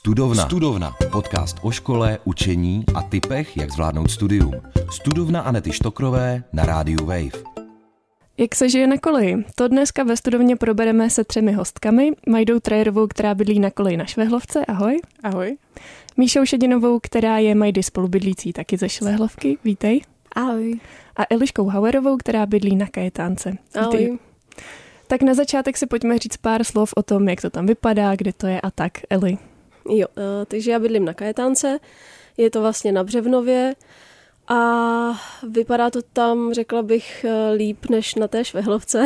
Studovna. Podcast o škole, učení a tipech, jak zvládnout studium. Studovna Anety Štokrové na rádiu Wave. Jak se žije na koleji? To dneska ve studovně probereme se 3 hostkami. Majdou Trajerovou, která bydlí na koleji na Švehlovce, ahoj. Ahoj. Míšou Šedinovou, která je Majdy spolubydlící taky ze Švehlovky, vítej. Ahoj. A Eliškou Hauerovou, která bydlí na Kajetánce. Vítej. Ahoj. Tak na začátek si pojďme říct pár slov o tom, jak to tam vypadá, kde to je a tak. Eli. Jo, takže já bydlím na Kajetánce, je to vlastně na Břevnově a vypadá to tam, řekla bych, líp než na té Švehlovce.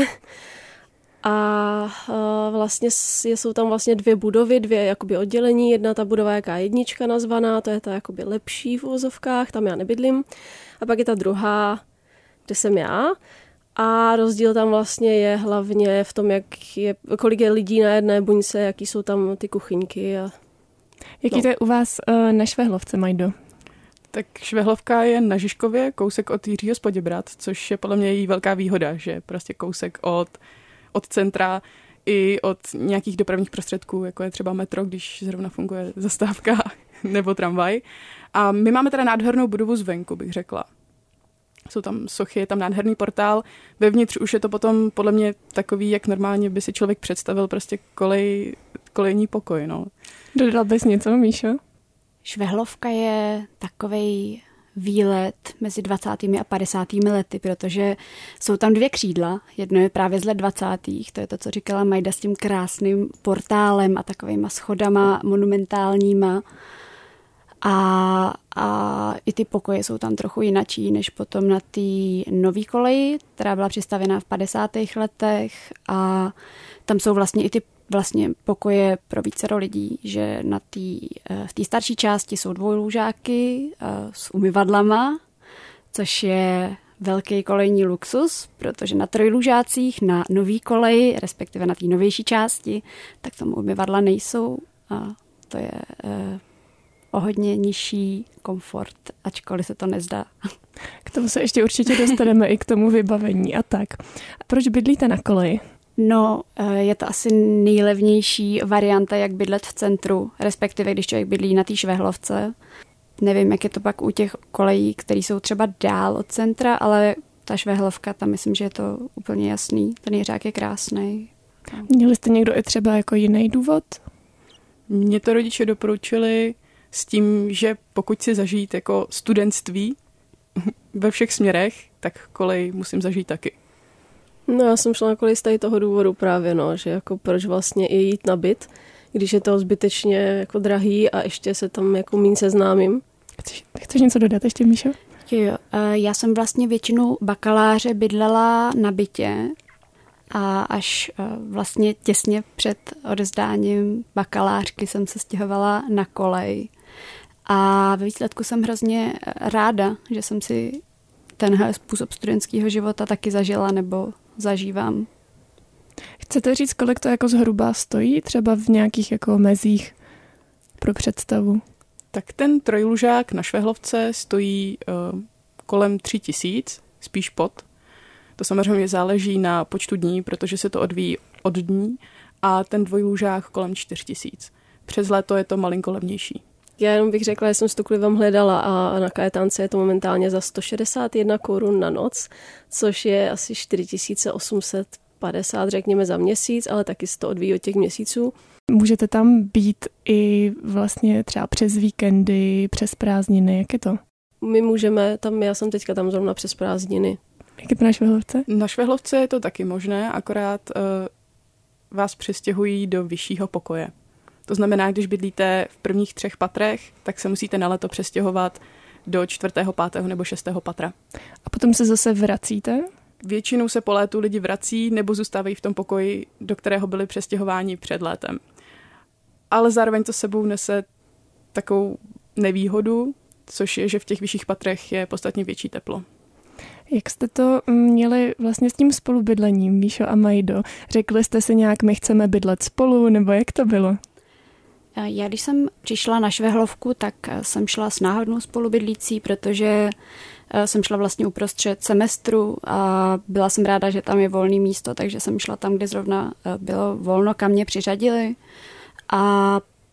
A vlastně jsou tam vlastně 2 budovy, 2 jakoby oddělení. Jedna ta budova je K1 nazvaná, to je ta jakoby lepší v uvozovkách, tam já nebydlím. A pak je ta druhá, kde jsem já. A rozdíl tam vlastně je hlavně v tom, kolik je lidí na jedné buňce, jaký jsou tam ty kuchyňky. Jaký to je u vás na Švehlovce, Majdo? Tak Švehlovka je na Žižkově, kousek od Jiřího z Poděbrad, což je podle mě její velká výhoda, že prostě kousek od centra i od nějakých dopravních prostředků, jako je třeba metro, když zrovna funguje zastávka nebo tramvaj. A my máme teda nádhernou budovu zvenku, bych řekla. Jsou tam sochy, je tam nádherný portál. Vevnitř už je to potom podle mě takový, jak normálně by si člověk představil prostě kolejní pokoj. No. Dodal bys něco, Míšo? Švehlovka je takovej výlet mezi 20. a 50. lety, protože jsou tam 2 křídla. Jedno je právě z let 20. To je to, co říkala Majda, s tím krásným portálem a takovejma schodama monumentálníma. A i ty pokoje jsou tam trochu jinačí, než potom na té nový koleji, která byla přistavěná v 50. letech, a tam jsou vlastně i ty pokoje pro vícero lidí, že v té starší části jsou 2lůžáky s umyvadlama, což je velký kolejní luxus, protože na 3lůžácích na nový koleji, respektive na té novější části, tak tam umyvadla nejsou a to je o hodně nižší komfort, ačkoliv se to nezdá. K tomu se ještě určitě dostaneme i k tomu vybavení a tak. A proč bydlíte na koleji? No, je to asi nejlevnější varianta, jak bydlet v centru, respektive když člověk bydlí na té Švehlovce. Nevím, jak je to pak u těch kolejí, které jsou třeba dál od centra, ale ta Švehlovka, tam myslím, že je to úplně jasný. Ten Jiřák je krásný. Měli jste někdo i třeba jako jiný důvod? Mě to rodiče doporučili s tím, že pokud si zažít jako studentství ve všech směrech, tak kolej musím zažít taky. No, já jsem šla na kolej z tady toho důvodu právě, že jako proč vlastně i jít na byt, když je to zbytečně jako drahý a ještě se tam jako míň seznámím. Chceš něco dodat ještě, Míšo? Jo, já jsem vlastně většinu bakaláře bydlela na bytě a až vlastně těsně před odevzdáním bakalářky jsem se stěhovala na kolej. A ve výsledku jsem hrozně ráda, že jsem si tenhle způsob studentského života taky zažila nebo zažívám. Chcete říct, kolik to jako zhruba stojí? Třeba v nějakých jako mezích pro představu? Tak ten 3lůžák na Švehlovce stojí kolem 3 000, spíš pod. To samozřejmě záleží na počtu dní, protože se to odvíjí od dní, a ten 2lůžák kolem 4 000. Přes léto je to malinko levnější. Já jenom bych řekla, že jsem Stuklivem hledala a na Kajetánce je to momentálně za 161 korun na noc, což je asi 4850, řekněme, za měsíc, ale taky se to odvíjí od těch měsíců. Můžete tam být i vlastně třeba přes víkendy, přes prázdniny, jak je to? My můžeme, já jsem teďka tam zrovna přes prázdniny. Jak je to na Švehlovce? Na Švehlovce je to taky možné, akorát vás přestěhují do vyššího pokoje. To znamená, když bydlíte v prvních 3 patrech, tak se musíte na léto přestěhovat do 4., 5. nebo 6. patra. A potom se zase vracíte? Většinou se po létu lidi vrací nebo zůstávají v tom pokoji, do kterého byli přestěhováni před létem. Ale zároveň to sebou nese takovou nevýhodu, což je, že v těch vyšších patrech je podstatně větší teplo. Jak jste to měli vlastně s tím spolubydlením, Míšo a Majdo? Řekli jste si nějak, my chceme bydlet spolu, nebo jak to bylo? Já když jsem přišla na Švehlovku, tak jsem šla s náhodnou spolubydlící, protože jsem šla vlastně uprostřed semestru a byla jsem ráda, že tam je volné místo, takže jsem šla tam, kde zrovna bylo volno, kam mě přiřadili. A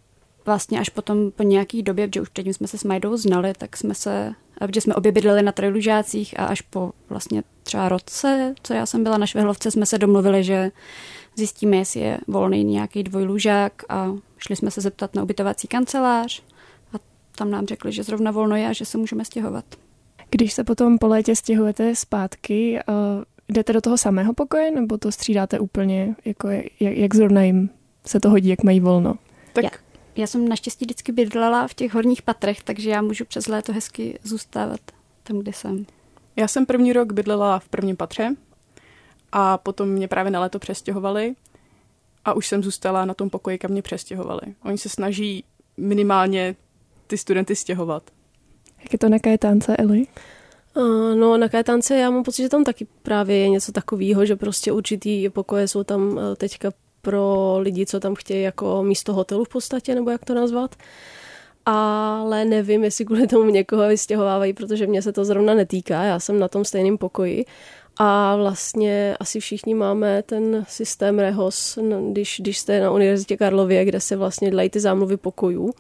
vlastně až potom po nějaký době, protože už předtím jsme se s Majdou znali, tak protože jsme obě bydleli na trojlužácích a až po vlastně třeba roce, co já jsem byla na Švehlovce, jsme se domluvili, že zjistíme, jestli je volný nějaký dvojlužák a šli jsme se zeptat na ubytovací kancelář a tam nám řekli, že zrovna volno je a že se můžeme stěhovat. Když se potom po létě stěhujete zpátky, jdete do toho samého pokoje nebo to střídáte úplně, jako jak zrovna jim se to hodí, jak mají volno? Tak Já jsem naštěstí vždycky bydlela v těch horních patrech, takže já můžu přes léto hezky zůstávat tam, kde jsem. já jsem první rok bydlela v prvním patře a potom mě právě na léto přestěhovali a už jsem zůstala na tom pokoji, kam mě přestěhovali. Oni se snaží minimálně ty studenty stěhovat. Jak je to na Kajetánce, Eli? No, na Kajetánce já mám pocit, že tam taky právě je něco takového, že prostě určitý pokoje jsou tam teďka pro lidi, co tam chtějí jako místo hotelu v podstatě, nebo jak to nazvat. Ale nevím, jestli kvůli tomu někoho vystěhovávají, protože mě se to zrovna netýká, já jsem na tom stejném pokoji. A vlastně asi všichni máme ten systém REHOS, když jste na Univerzitě Karlově, kde se vlastně dělají ty zámluvy pokojů.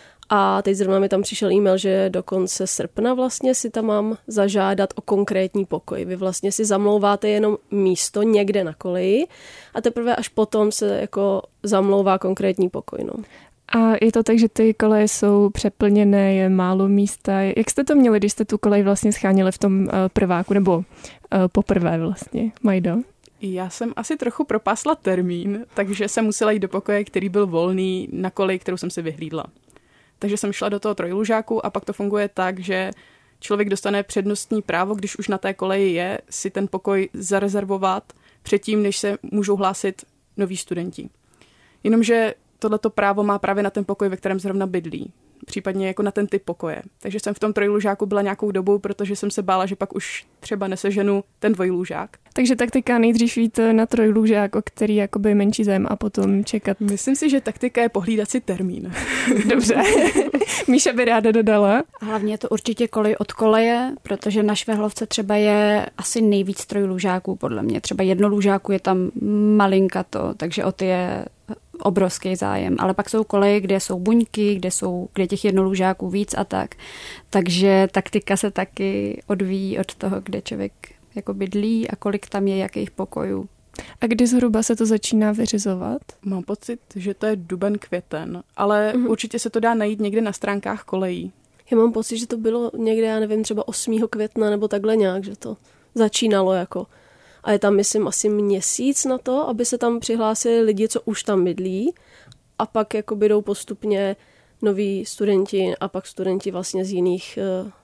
A teď zrovna mi tam přišel e-mail, že do konce srpna vlastně si tam mám zažádat o konkrétní pokoj. Vy vlastně si zamlouváte jenom místo někde na koleji a teprve až potom se jako zamlouvá konkrétní pokoj. No. A je to tak, že ty koleje jsou přeplněné, je málo místa. Jak jste to měli, když jste tu kolej vlastně scháněli v tom prváku, nebo poprvé vlastně, Majdo? Já jsem asi trochu propásla termín, takže jsem musela jít do pokoje, který byl volný na kolej, kterou jsem si vyhlídla. Takže jsem šla do toho trojlužáku a pak to funguje tak, že člověk dostane přednostní právo, když už na té koleji je, si ten pokoj zarezervovat předtím, než se můžou hlásit noví studenti. Jenomže tohleto právo má právě na ten pokoj, ve kterém zrovna bydlí. Případně jako na ten typ pokoje. Takže jsem v tom trojlužáku byla nějakou dobu, protože jsem se bála, že pak už třeba neseženu ten dvojlužák. Takže taktika nejdřív jít na trojlužák, o který jakoby menší zájem a potom čekat. Myslím si, že taktika je pohlídat si termín. Dobře. Míša by ráda dodala. A hlavně je to určitě kolej od koleje, protože na Švehlovce třeba je asi nejvíc trojlužáků, podle mě. Třeba jednolužáků je tam malinkato, takže o ty je obrovský zájem. Ale pak jsou koleje, kde jsou buňky, kde těch jednolužáků víc a tak. Takže taktika se taky odvíjí od toho, kde člověk jako bydlí a kolik tam je jakých pokojů. A kdy zhruba se to začíná vyřizovat? Mám pocit, že to je duben, květen, ale určitě se to dá najít někde na stránkách kolejí. Já mám pocit, že to bylo někde, já nevím, třeba 8. května nebo takhle nějak, že to začínalo jako. A je tam, myslím, asi měsíc na to, aby se tam přihlásili lidi, co už tam bydlí a pak jako jdou postupně noví studenti a pak studenti vlastně z jiných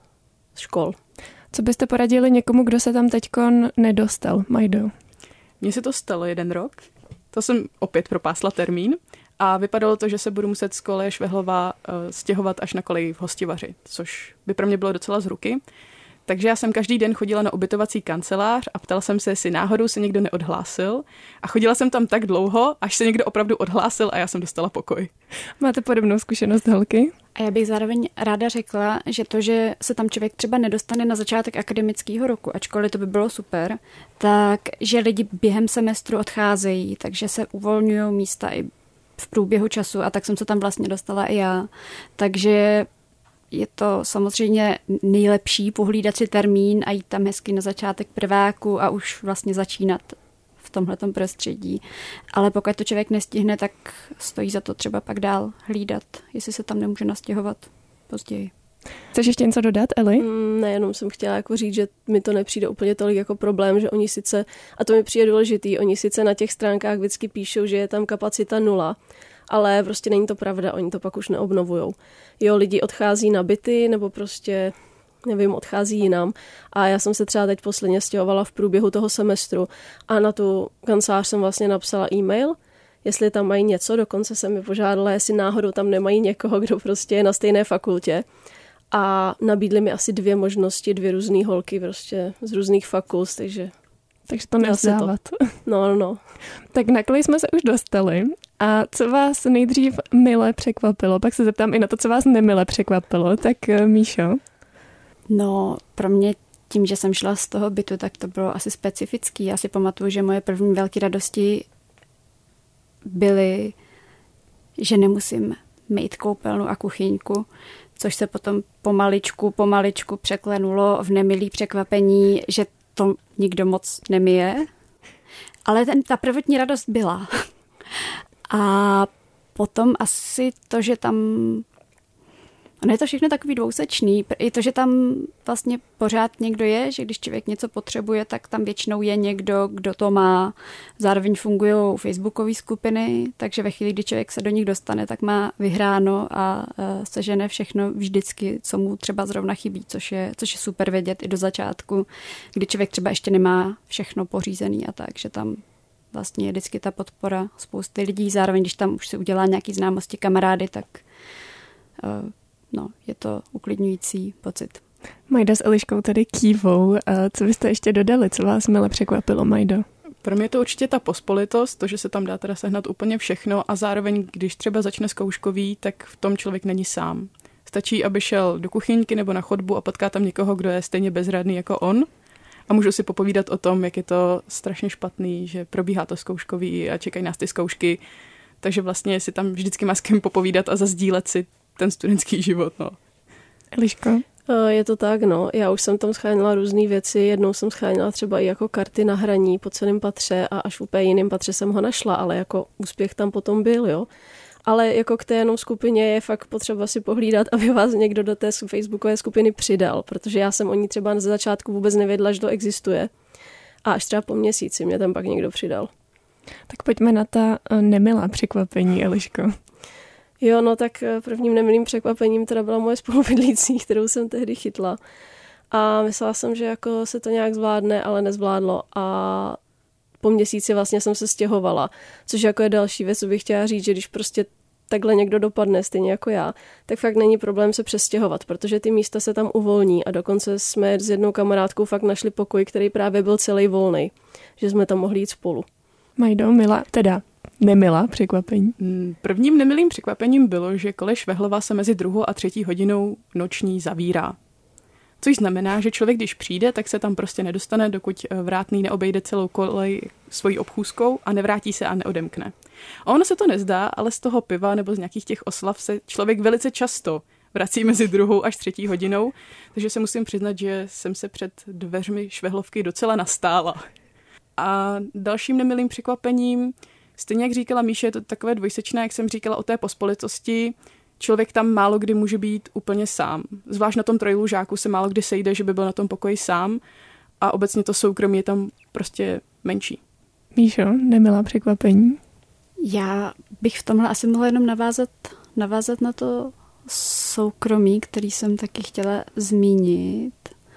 škol. Co byste poradili někomu, kdo se tam teďkon nedostal, Majdo? Mně se to stalo 1 rok, to jsem opět propásla termín a vypadalo to, že se budu muset z koleje Švehlova stěhovat až na koleji v Hostivaři, což by pro mě bylo docela z ruky. Takže já jsem každý den chodila na ubytovací kancelář a ptala jsem se, jestli náhodou se někdo neodhlásil. A chodila jsem tam tak dlouho, až se někdo opravdu odhlásil a já jsem dostala pokoj. Máte podobnou zkušenost, holky? A já bych zároveň ráda řekla, že to, že se tam člověk třeba nedostane na začátek akademického roku, ačkoliv to by bylo super, tak že lidi během semestru odcházejí, takže se uvolňují místa i v průběhu času a tak jsem se tam vlastně dostala i já. Takže je to samozřejmě nejlepší pohlídat si termín a jít tam hezky na začátek prváku a už vlastně začínat v tomhletom prostředí. Ale pokud to člověk nestihne, tak stojí za to třeba pak dál hlídat, jestli se tam nemůže nastěhovat později. Chceš ještě něco dodat, Eli? Ne, jenom jsem chtěla jako říct, že mi to nepřijde úplně tolik jako problém, že oni sice, a to mi přijde důležitý, oni sice na těch stránkách vždycky píšou, že je tam kapacita 0, ale prostě není to pravda, oni to pak už neobnovujou. Jo, lidi odchází na byty nebo prostě, nevím, odchází jinam. A já jsem se třeba teď posledně stěhovala v průběhu toho semestru a na tu kancelář jsem vlastně napsala e-mail, jestli tam mají něco, dokonce jsem mi požádala, jestli náhodou tam nemají někoho, kdo prostě je na stejné fakultě. A nabídli mi asi 2 možnosti, 2 různé holky prostě z různých fakult, takže to nevzdávat. No. Tak na kolej jsme se už dostali. A co vás nejdřív mile překvapilo? Pak se zeptám i na to, co vás nemile překvapilo. Tak Míšo? No, pro mě tím, že jsem šla z toho bytu, tak to bylo asi specifický. Já si pamatuju, že moje první velké radosti byly, že nemusím mít koupelnu a kuchyňku, což se potom pomaličku překlenulo v nemilý překvapení, že to nikdo moc nemije. Ale ta prvotní radost byla. A potom asi to, že tam... Ono je to všechno takový dvousečný. I to, že tam vlastně pořád někdo je, že když člověk něco potřebuje, tak tam většinou je někdo, kdo to má. Zároveň fungují facebookové skupiny, takže ve chvíli, kdy člověk se do nich dostane, tak má vyhráno a sežene všechno vždycky, co mu třeba zrovna chybí, což je super vědět i do začátku, kdy člověk třeba ještě nemá všechno pořízený a tak, že tam vlastně je vždycky ta podpora spousty lidí. Zároveň, když tam už se udělá nějaký známosti kamarády, tak je to uklidňující pocit. Majda s Eliškou tady kývou. Co byste ještě dodali? Co vás mile překvapilo, Majdo? Pro mě je to určitě ta pospolitost, to, že se tam dá teda sehnat úplně všechno a zároveň, když třeba začne zkouškový, tak v tom člověk není sám. Stačí, aby šel do kuchyňky nebo na chodbu a potká tam někoho, kdo je stejně bezradný jako on a můžu si popovídat o tom, jak je to strašně špatný, že probíhá to zkouškový a čekají nás ty zkoušky, takže vlastně si tam vždycky má s kým popovídat a zazdílet si ten studentský život. No. Eliško? Je to tak, no. Já už jsem tam schánila různé věci. Jednou jsem schánila třeba i jako karty na hraní po celém patře a až v úplně jiném patře jsem ho našla, ale jako úspěch tam potom byl, jo. Ale jako k té jenom skupině je fakt potřeba si pohlídat, aby vás někdo do té facebookové skupiny přidal, protože já jsem o ní třeba na začátku vůbec nevěděla, že to existuje. A až třeba po měsíci mě tam pak někdo přidal. Tak pojďme na ta nemilá překvapení, Eliško. Jo, no tak prvním nemilým překvapením teda byla moje spolubydlící, kterou jsem tehdy chytla. A myslela jsem, že jako se to nějak zvládne, ale nezvládlo. A po měsíci vlastně jsem se stěhovala, což jako je další věc, co bych chtěla říct, že když prostě takhle někdo dopadne, stejně jako já, tak fakt není problém se přestěhovat, protože ty místa se tam uvolní a dokonce jsme s jednou kamarádkou fakt našli pokoj, který právě byl celý volný, že jsme tam mohli jít spolu. Majdo, nemilá překvapení. Prvním nemilým překvapením bylo, že kolej Švehlova se mezi 2. a 3. hodinou noční zavírá. Což znamená, že člověk, když přijde, tak se tam prostě nedostane, dokud vrátný neobejde celou kolej svojí obchůzkou a nevrátí se a neodemkne. A ono se to nezdá, ale z toho piva nebo z nějakých těch oslav se člověk velice často vrací mezi 2. až 3. hodinou, takže se musím přiznat, že jsem se před dveřmi Švehlovky docela nastála. A dalším nemilým překvapením, stejně jak říkala Míše, je to takové dvojsečné, jak jsem říkala o té pospolitosti, člověk tam málo kdy může být úplně sám. Zvlášť na tom trojlužáku se málo kdy sejde, že by byl na tom pokoji sám a obecně to soukromí je tam prostě menší. Míšo, nemilá překvapení? Já bych v tomhle asi mohla jenom navázat na to soukromí, který jsem taky chtěla zmínit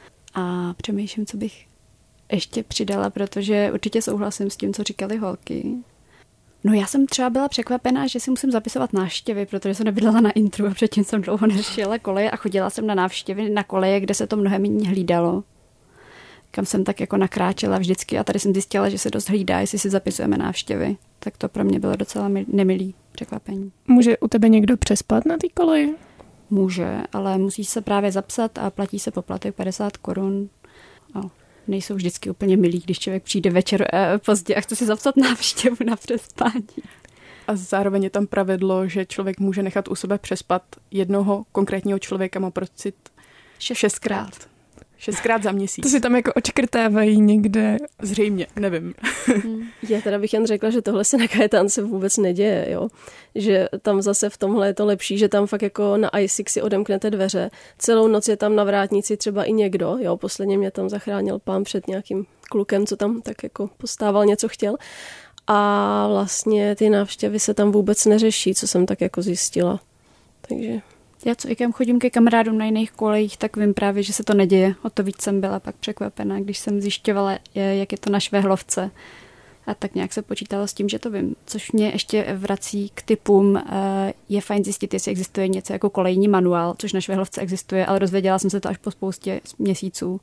a přemýšlím, co bych ještě přidala, protože určitě souhlasím s tím, co říkali holky. No já jsem třeba byla překvapená, že si musím zapisovat návštěvy, protože jsem nebydlela na intru a předtím jsem dlouho neřešila koleje a chodila jsem na návštěvy na koleje, kde se to mnohem méně hlídalo. Kam jsem tak jako nakráčela vždycky a tady jsem zjistila, že se dost hlídá, jestli si zapisujeme návštěvy. Tak to pro mě bylo docela nemilý překvapení. Může u tebe někdo přespat na té koleji? Může, ale musí se právě zapsat a platí se poplatek 50 korun. No, nejsou vždycky úplně milí, když člověk přijde večer pozdě a chce si zapsat návštěvu na přespání. A zároveň je tam pravidlo, že člověk může nechat u sebe přespat jednoho konkrétního člověka, má procit 6krát. 6krát za měsíc. To si tam jako očkrtávají někde. Zřejmě, nevím. Já teda bych jen řekla, že tohle se na Kajetánce vůbec neděje, jo. Že tam zase v tomhle je to lepší, že tam fakt jako na I6 si odemknete dveře. Celou noc je tam na vrátnici třeba i někdo, jo. Posledně mě tam zachránil pán před nějakým klukem, co tam tak jako postával, něco chtěl. A vlastně ty návštěvy se tam vůbec neřeší, co jsem tak jako zjistila. Takže... Já co i chodím ke kamarádům na jiných kolejích, tak vím právě, že se to neděje. O to víc jsem byla pak překvapená, když jsem zjišťovala, jak je to na Švehlovce. A tak nějak se počítalo s tím, že to vím. Což mě ještě vrací k tipům. Je fajn zjistit, jestli existuje něco jako kolejní manuál, což na Švehlovce existuje, ale dozvěděla jsem se to až po spoustě měsíců.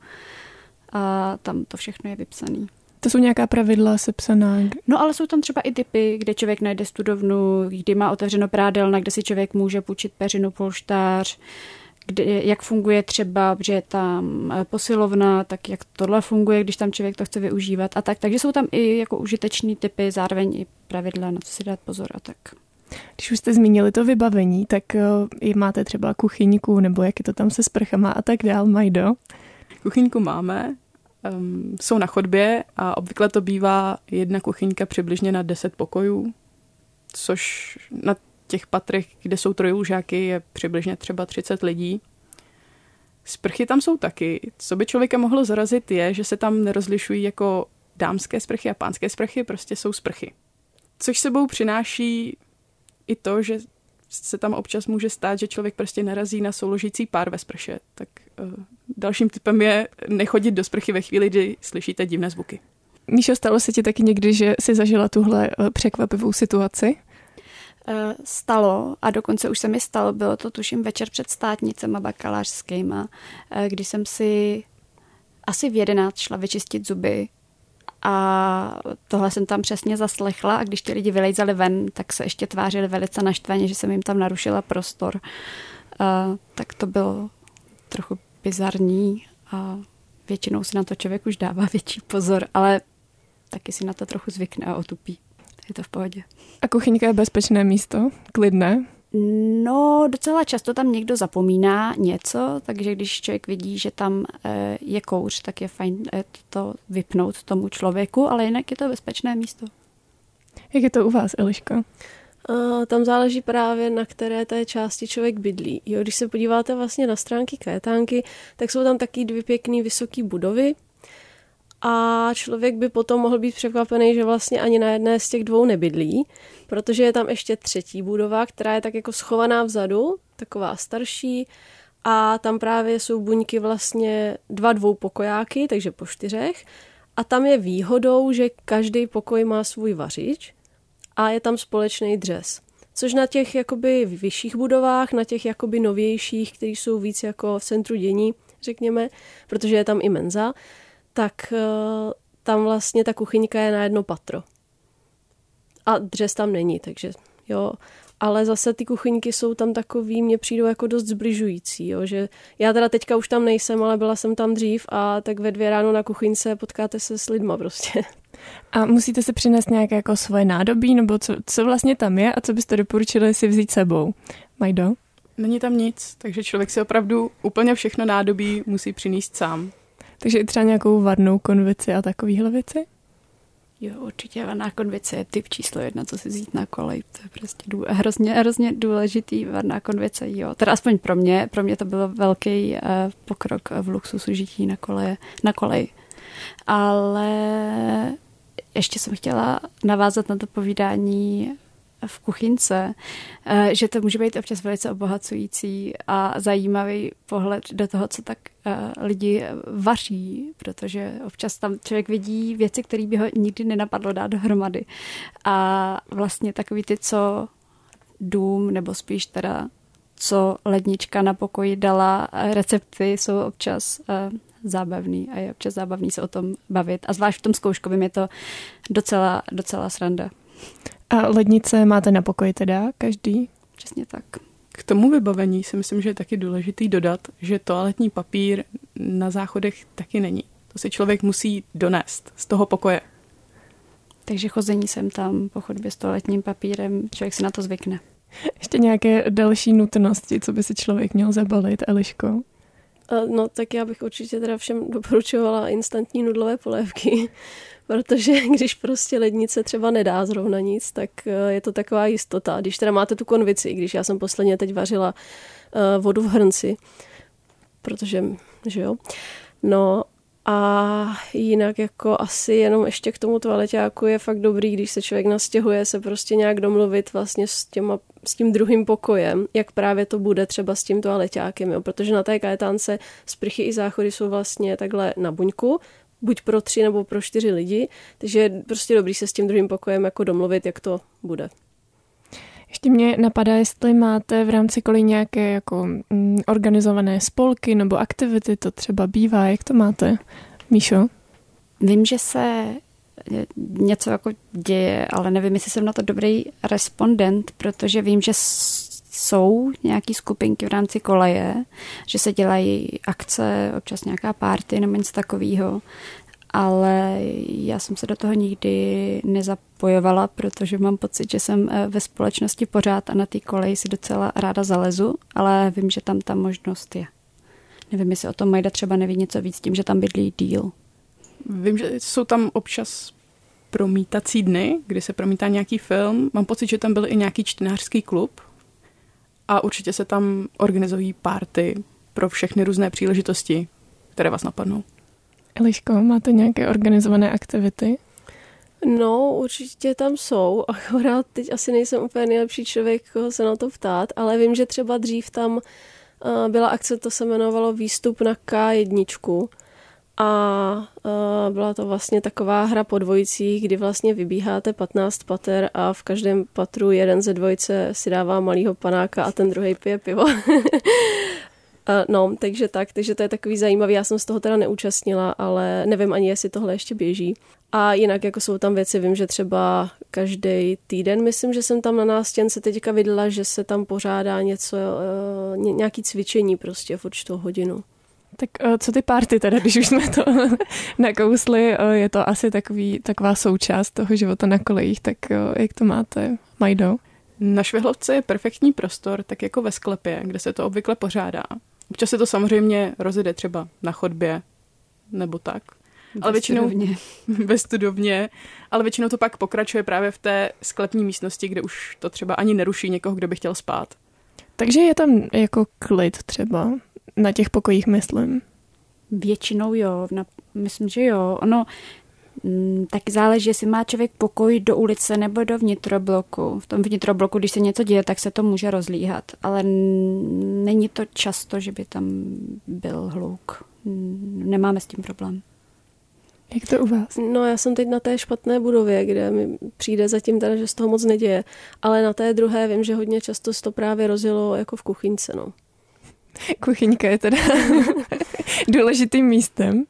A tam to všechno je vypsané. To jsou nějaká pravidla sepsaná? No ale jsou tam třeba i typy, kde člověk najde studovnu, kdy má otevřeno prádelna, kde si člověk může půjčit peřinu, polštář, jak funguje třeba, že je tam posilovna, tak jak tohle funguje, když tam člověk to chce využívat a tak. Takže jsou tam i jako užitečný typy, zároveň i pravidla, na co si dát pozor a tak. Když už jste zmínili to vybavení, tak máte třeba kuchyňku, nebo jak je to tam se sprchama a tak dál, Majdo? Kuchyňku máme, jsou na chodbě a obvykle to bývá jedna kuchyňka přibližně na 10 pokojů, což na těch patrech, kde jsou trojlůžáky, je přibližně třeba 30 lidí. Sprchy tam jsou taky. Co by člověka mohlo zarazit je, že se tam nerozlišují jako dámské sprchy a pánské sprchy, prostě jsou sprchy. Což sebou přináší i to, že se tam občas může stát, že člověk prostě narazí na souložící pár ve sprše. Tak dalším tipem je nechodit do sprchy ve chvíli, kdy slyšíte divné zvuky. Míšo, stalo se ti taky někdy, že jsi zažila tuhle překvapivou situaci? Stalo a dokonce už se mi stalo, bylo to tuším večer před státnicema bakalářskýma, kdy jsem si asi v 11 šla vyčistit zuby a tohle jsem tam přesně zaslechla a když ti lidi vylejzali ven, tak se ještě tvářili velice naštvaně, že jsem jim tam narušila prostor. Tak to bylo trochu bizarní a většinou si na to člověk už dává větší pozor, ale taky si na to trochu zvykne a otupí. Je to v pohodě. A kuchyňka je bezpečné místo? Klidné? No, docela často tam někdo zapomíná něco, takže když člověk vidí, že tam je kouř, tak je fajn to vypnout tomu člověku, ale jinak je to bezpečné místo. Jak je to u vás, Eliško? Tam záleží právě, na které té části člověk bydlí. Jo, když se podíváte vlastně na stránky Kajetánky, tak jsou tam taky 2 pěkný vysoké budovy a člověk by potom mohl být překvapený, že vlastně ani na jedné z těch 2 nebydlí, protože je tam ještě 3. budova, která je tak jako schovaná vzadu, taková starší a tam právě jsou buňky vlastně 2 dvoupokojáky, takže po 4 a tam je výhodou, že každý pokoj má svůj vařič a je tam společný dřez. Což na těch jakoby vyšších budovách, na těch jakoby novějších, které jsou víc jako v centru dění, řekněme, protože je tam i menza, tak tam vlastně ta kuchyňka je na 1 patro. A dřez tam není, takže jo. Ale zase ty kuchyňky jsou tam takový, mně přijdou jako dost zbližující, jo, že já teda teďka už tam nejsem, ale byla jsem tam dřív a tak ve 2 ráno na kuchyňce potkáte se s lidma prostě. A musíte si přinést nějaké jako svoje nádobí, nebo co vlastně tam je a co byste doporučili si vzít sebou? Majdo? Není tam nic, takže člověk si opravdu úplně všechno nádobí musí přinést sám. Takže i třeba nějakou varnou konvici a takovýhle věci? Jo, určitě varná konvice je typ číslo 1, co si vzít na kolej. To je prostě hrozně důležitý, varná konvice, jo. Teda aspoň pro mě to bylo velký pokrok v luxusu žití na koleji. Ale ještě jsem chtěla navázat na to povídání v kuchyňce, že to může být občas velice obohacující a zajímavý pohled do toho, co tak lidi vaří, protože občas tam člověk vidí věci, které by ho nikdy nenapadlo dát dohromady. A vlastně takový ty, co dům, nebo spíš teda, co lednička na pokoji dala recepty, jsou občas zábavný a je občas zábavný se o tom bavit. A zvlášť v tom zkouškovém je to docela sranda. A lednice máte na pokoji teda každý? Přesně tak. K tomu vybavení si myslím, že je taky důležitý dodat, že toaletní papír na záchodech taky není. To si člověk musí donést z toho pokoje. Takže chození sem tam po chodbě s toaletním papírem, člověk si na to zvykne. Ještě nějaké další nutnosti, co by si člověk měl zabalit, Eliško? No tak já bych určitě teda všem doporučovala instantní nudlové polévky, protože když prostě lednice třeba nedá zrovna nic, tak je to taková jistota. Když teda máte tu konvici, když já jsem posledně teď vařila vodu v hrnci, protože, že jo, no a jinak jako asi jenom ještě k tomu toaleťáku je fakt dobrý, když se člověk nastěhuje, se prostě nějak domluvit vlastně s tím druhým pokojem, jak právě to bude třeba s tím toaleťákem, jo? Protože na té Kajetánce sprchy i záchody jsou vlastně takhle na buňku, buď pro 3 nebo pro 4 lidi, takže je prostě dobrý se s tím druhým pokojem jako domluvit, jak to bude. Ještě mě napadá, jestli máte v rámci kolej nějaké jako organizované spolky nebo aktivity, to třeba bývá, jak to máte, Míšo? Vím, že se něco jako děje, ale nevím, jestli jsem na to dobrý respondent, protože vím, že jsou nějaký skupinky v rámci koleje, že se dělají akce, občas nějaká party nebo něco takového. ale já jsem se do toho nikdy nezapojovala, protože mám pocit, že jsem ve společnosti pořád a na té koleji si docela ráda zalezu, ale vím, že tam ta možnost je. Nevím, jestli o tom Majda třeba neví něco víc tím, že tam bydlí díl. Vím, že jsou tam občas promítací dny, kdy se promítá nějaký film. Mám pocit, že tam byl i nějaký čtenářský klub a určitě se tam organizují party pro všechny různé příležitosti, které vás napadnou. Eliško, máte nějaké organizované aktivity? No, určitě tam jsou, akorát teď asi nejsem úplně nejlepší člověk, koho se na to ptát, ale vím, že třeba dřív tam byla akce, to se jmenovalo Výstup na K1 a byla to vlastně taková hra po dvojicích, kdy vlastně vybíháte 15 pater a v každém patru jeden ze dvojice si dává malýho panáka a ten druhý pije pivo. No, takže to je takový zajímavý. Já jsem z toho teda neúčastnila, ale nevím ani, jestli tohle ještě běží. A jinak jako jsou tam věci, vím, že třeba každý týden, myslím, že jsem tam na nástěnce teďka viděla, že se tam pořádá něco, nějaký cvičení prostě v určitou hodinu. Tak co ty party teda, když už jsme to nakousli, je to asi taková součást toho života na kolejích, tak jak to máte, Majdo? Na Švehlovce je perfektní prostor, tak jako ve sklepě, kde se to obvykle pořádá. Občas se to samozřejmě rozjede třeba na chodbě nebo tak. Ale většinou ve studovně, ale většinou to pak pokračuje právě v té sklepní místnosti, kde už to třeba ani neruší někoho, kdo by chtěl spát. Takže je tam jako klid třeba na těch pokojích, myslím. Většinou jo, myslím, že jo. Ono taky záleží, jestli má člověk pokoj do ulice nebo do vnitrobloku. V tom vnitrobloku, když se něco děje, tak se to může rozlíhat, ale není to často, že by tam byl hluk. Nemáme s tím problém. Jak to u vás? No, já jsem teď na té špatné budově, kde mi přijde zatím teda, že z toho moc neděje, ale na té druhé vím, že hodně často se to právě rozjelo jako v kuchyňce, no. Kuchyňka je teda důležitým místem.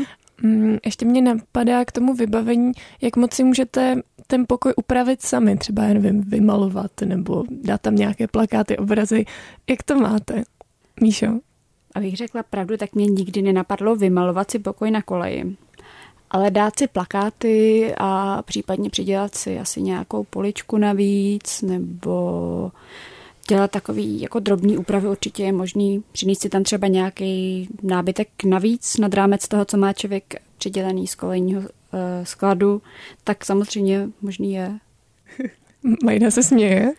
Ještě mě napadá k tomu vybavení, jak moc si můžete ten pokoj upravit sami, třeba, já nevím, vymalovat nebo dát tam nějaké plakáty, obrazy. Jak to máte, Míšo? Abych řekla pravdu, tak mě nikdy nenapadlo vymalovat si pokoj na koleji. Ale dát si plakáty a případně přidělat si asi nějakou poličku navíc nebo dělat takový jako drobný úpravy určitě je možný. Přinést si tam třeba nějaký nábytek navíc nad rámec toho, co má člověk přidělený z kolejního skladu, tak samozřejmě možný je. Majda se směje.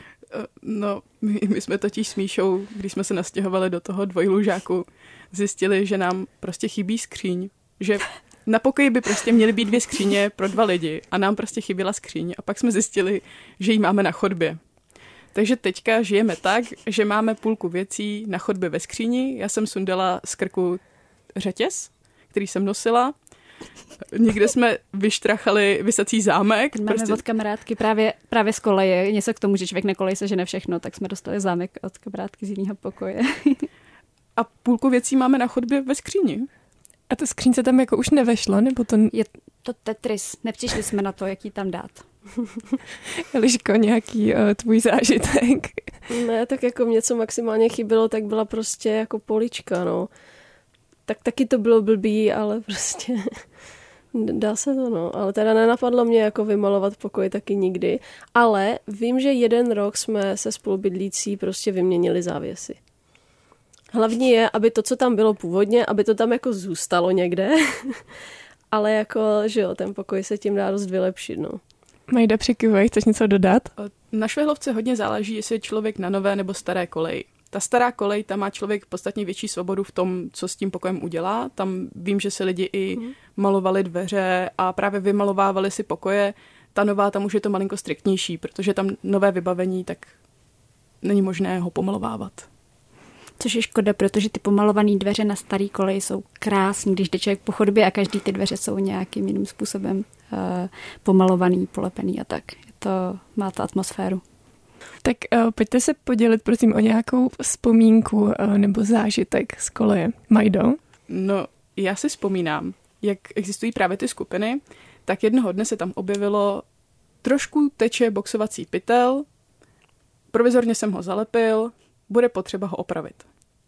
No, my jsme totiž s Míšou, když jsme se nastěhovali do toho dvojlužáku, zjistili, že nám prostě chybí skříň, že na pokoji by prostě měly být 2 skříně pro 2 lidi a nám prostě chyběla skříň a pak jsme zjistili, že ji máme na chodbě. Takže teďka žijeme tak, že máme půlku věcí na chodbě ve skříni. Já jsem sundala z krku řetěz, který jsem nosila. Někde jsme vyštrachali visací zámek. Máme prostě od kamarádky právě z koleje. Něco k tomu, že člověk na koleji sežene všechno, tak jsme dostali zámek od kamarádky z jiného pokoje. A půlku věcí máme na chodbě ve skříni. A ta skřínce tam jako už nevešla, nebo to... Je to Tetris. Nepřišli jsme na to, jak ji tam dát. Eliško, nějaký tvůj zážitek? Ne, tak jako mě co maximálně chybělo, tak byla prostě jako polička, no. Tak taky to bylo blbý, ale prostě dá se to, no. Ale teda nenapadlo mě jako vymalovat pokoj taky nikdy. Ale vím, že 1 rok jsme se spolubydlící prostě vyměnili závěsy. Hlavní je, aby to, co tam bylo původně, aby to tam jako zůstalo někde. Ale jako, že jo, ten pokoj se tím dá dost vylepšit, no. Majda, přikyvej, chceš něco dodat? Na Švehlovce hodně záleží, jestli je člověk na nové nebo staré koleji. Ta stará kolej, tam má člověk podstatně větší svobodu v tom, co s tím pokojem udělá. Tam vím, že si lidi i malovali dveře a právě vymalovávali si pokoje. Ta nová, tam už je to malinko striktnější, protože tam nové vybavení, tak není možné ho pomalovávat. Což je škoda, protože ty pomalované dveře na starý koleji jsou krásný, když jde člověk po chodbě a každý ty dveře jsou nějakým jiným způsobem pomalovaný, polepený a tak. Má to atmosféru. Tak pojďte se podělit, prosím, o nějakou vzpomínku nebo zážitek z koleje. Majdo? No, já si vzpomínám, jak existují právě ty skupiny, tak jednoho dne se tam objevilo trošku teče boxovací pytel, provizorně jsem ho zalepil, bude potřeba ho opravit.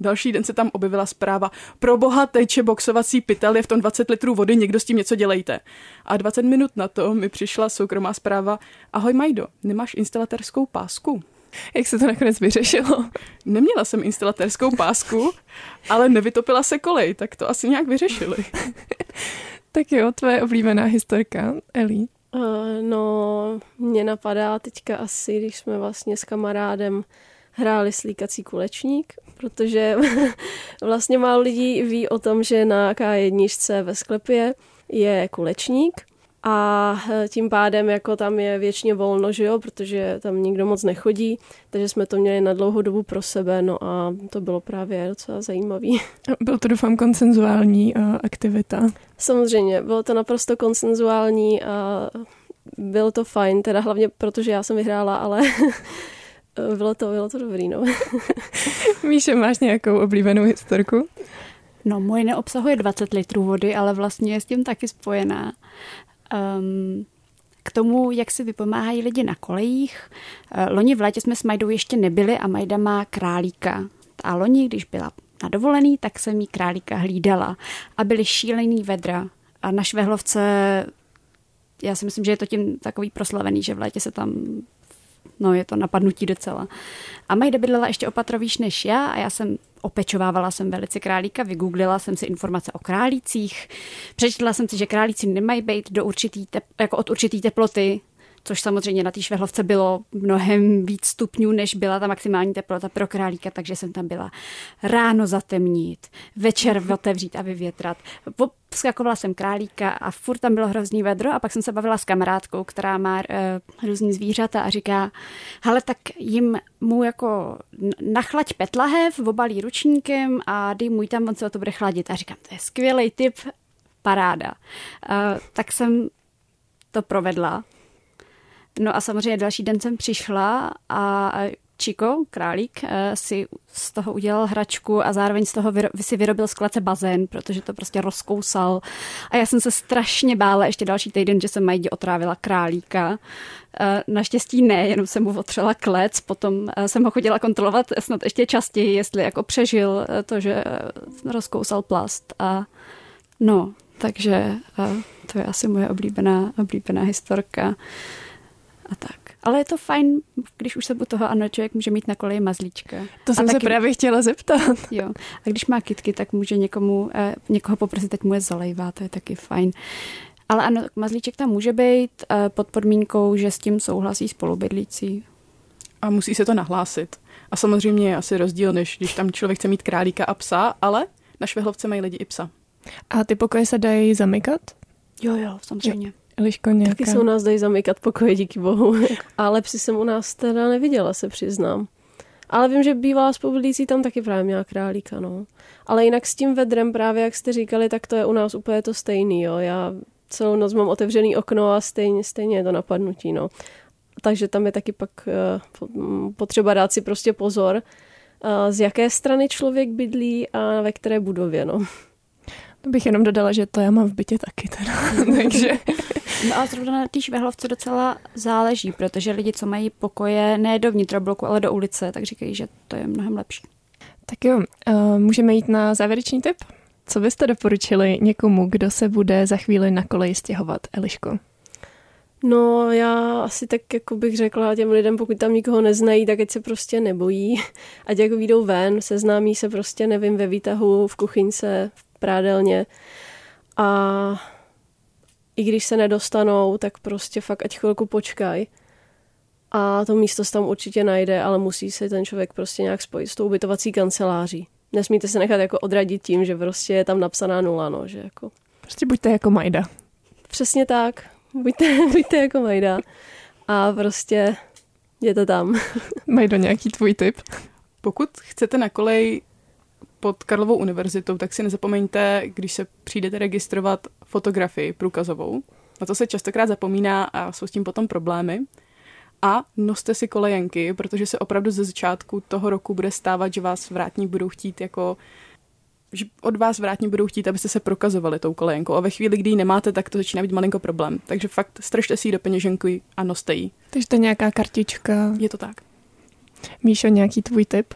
Další den se tam objevila zpráva: pro boha, teče boxovací pytel, je v tom 20 litrů vody, někdo s tím něco dělejte. A 20 minut na to mi přišla soukromá zpráva: ahoj Majdo, nemáš instalatérskou pásku? Jak se to nakonec vyřešilo? Neměla jsem instalatérskou pásku, ale nevytopila se kolej, tak to asi nějak vyřešili. Tak jo, tvoje oblíbená historka, Eli. No, mě napadá teďka asi, když jsme vlastně s kamarádem hráli slíkací kulečník, protože vlastně málo lidí ví o tom, že na K1 ve sklepě je kulečník a tím pádem jako tam je věčně volno, že jo, protože tam nikdo moc nechodí, takže jsme to měli na dlouhou dobu pro sebe, no a to bylo právě docela zajímavý. Byl to, doufám, konsenzuální aktivita. Samozřejmě, bylo to naprosto konsenzuální a bylo to fajn, teda hlavně protože já jsem vyhrála, ale bylo to dobrý, no. Míše, máš nějakou oblíbenou historku? No, moje neobsahuje 20 litrů vody, ale vlastně je s tím taky spojená. K tomu, jak si vypomáhají lidi na kolejích. Loni v létě jsme s Majdou ještě nebyli a Majda má králíka. A loni, když byla na dovolený, tak jsem jí králíka hlídala. A byly šílený vedra. A na Švehlovce, já si myslím, že je to tím takový proslavený, že v létě se tam, no je to napadnutí docela. A Majda bydlela ještě opatro výš než já a já jsem opečovávala jsem velice králíka, vygooglila jsem si informace o králících, přečetla jsem si, že králíci nemají být jako od určitý teploty, což samozřejmě na té Švehlovce bylo mnohem víc stupňů, než byla ta maximální teplota pro králíka, takže jsem tam byla ráno zatemnit, večer otevřít a vyvětrat. Obskakovala jsem králíka a furt tam bylo hrozný vedro a pak jsem se bavila s kamarádkou, která má různý zvířata a říká, hele, tak mu jako nachlaď petlahev, obalí ručníkem a dej mu tam, on se o to bude chladit. A říkám, to je skvělý tip, paráda. Tak jsem to provedla. No a samozřejmě další den jsem přišla a Chico, králík, si z toho udělal hračku a zároveň z toho si vyrobil z klece bazén, protože to prostě rozkousal. A já jsem se strašně bála ještě další týden, že jsem Majdě otrávila králíka. Naštěstí ne, jenom jsem mu otřela klec, potom jsem ho chodila kontrolovat snad ještě častěji, jestli jako přežil to, že rozkousal plast. A no, takže to je asi moje oblíbená historka. A tak. Ale je to fajn, když už se u toho, ano, člověk může mít na koleji mazlíčka. To jsem se právě chtěla zeptat. Jo. A když má kytky, tak může někoho poprosit, ať mu je zalejvá, to je taky fajn. Ale ano, mazlíček tam může být pod podmínkou, že s tím souhlasí spolubydlící. A musí se to nahlásit. A samozřejmě je asi rozdíl, než když tam člověk chce mít králíka a psa, ale na Švehlovce mají lidi i psa. A ty pokoje se dají zamykat? Jo, samozřejmě. Jo. Eliško, nějaká? Taky se u nás dají zamykat pokoje, díky bohu. Ale psy jsem u nás teda neviděla, se přiznám. Ale vím, že bývalá spolubydlící tam taky právě měla králíka, no. Ale jinak s tím vedrem právě, jak jste říkali, tak to je u nás úplně to stejný, jo. Já celou noc mám otevřený okno a stejně je to napadnutí, no. Takže tam je taky pak potřeba dát si prostě pozor, z jaké strany člověk bydlí a ve které budově, no. To bych jenom dodala, že to já mám v bytě taky teda, takže... No a zrovna na té Švehlovce docela záleží, protože lidi, co mají pokoje ne do vnitrobloku, ale do ulice, tak říkají, že to je mnohem lepší. Tak jo, můžeme jít na závěrečný tip? Co byste doporučili někomu, kdo se bude za chvíli na koleji stěhovat, Eliško? No já asi tak jako bych řekla těm lidem, pokud tam nikoho neznají, tak ať se prostě nebojí. Ať jako vyjdou ven, seznámí se prostě, nevím, ve výtahu, v kuchyňce, v prádelně. A i když se nedostanou, tak prostě fakt ať chvilku počkaj. A to místo se tam určitě najde, ale musí se ten člověk prostě nějak spojit s tou ubytovací kanceláří. Nesmíte se nechat jako odradit tím, že prostě je tam napsaná 0, no, že jako... Prostě buďte jako Majda. Přesně tak. Buďte jako Majda. A prostě jděte tam. Majdo, nějaký tvůj tip? Pokud chcete na kolej pod Karlovou univerzitou, tak si nezapomeňte, když se přijdete registrovat, fotografii průkazovou. Na to se častokrát zapomíná a jsou s tím potom problémy. A noste si kolejenky, protože se opravdu ze začátku toho roku bude stávat, že vás vrátní budou chtít že od vás vrátní budou chtít, abyste se prokazovali tou kolejenkou. A ve chvíli, kdy ji nemáte, tak to začíná být malinko problém. Takže fakt stržte si ji do peněženky a noste ji. Takže to je nějaká kartička. Je to tak. Míšo, nějaký tvůj tip?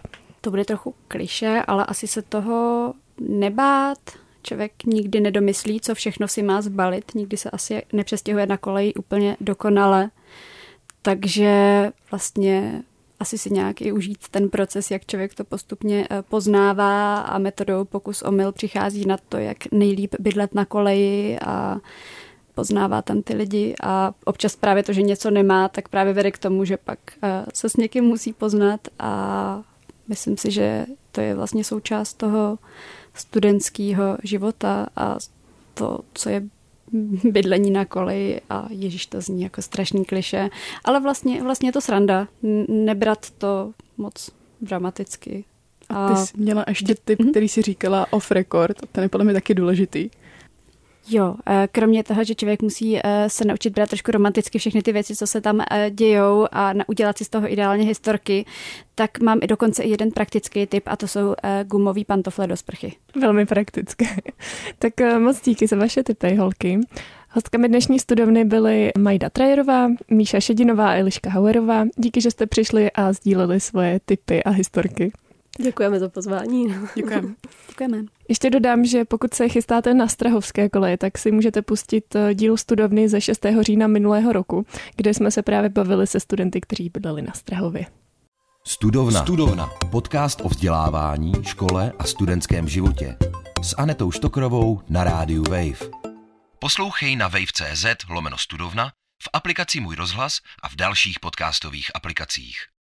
to bude trochu klišé, ale asi se toho nebát. Člověk nikdy nedomyslí, co všechno si má zbalit, nikdy se asi nepřestěhuje na koleji úplně dokonale. Takže vlastně asi si nějak i užít ten proces, jak člověk to postupně poznává a metodou pokus omyl přichází na to, jak nejlíp bydlet na koleji a poznává tam ty lidi a občas právě to, že něco nemá, tak právě vede k tomu, že pak se s někým musí poznat a myslím si, že to je vlastně součást toho studentského života a to, co je bydlení na koleji a ježiš, to zní jako strašný klišé, ale vlastně je to sranda, nebrat to moc dramaticky. A ty jsi měla ještě tip, který jsi říkala off record, ten je podle mě taky důležitý. Jo, kromě toho, že člověk musí se naučit brát trošku romanticky všechny ty věci, co se tam dějou a udělat si z toho ideálně historky, tak mám i dokonce i jeden praktický tip a to jsou gumový pantofle do sprchy. Velmi praktické. Tak moc díky za vaše tipy, holky. Hostkami dnešní studovny byly Majda Trajerová, Míša Šedinová a Eliška Hauerová. Díky, že jste přišli a sdíleli svoje tipy a historky. Děkujeme za pozvání. Děkujeme. Ještě dodám, že pokud se chystáte na strahovské koleje, tak si můžete pustit díl studovny ze 6. října minulého roku, kde jsme se právě bavili se studenty, kteří bydleli na Strahově. Studovna. Podcast o vzdělávání, škole a studentském životě. S Anetou Štokrovou na rádiu Wave. Poslouchej na wave.cz/studovna, v aplikaci Můj rozhlas a v dalších podcastových aplikacích.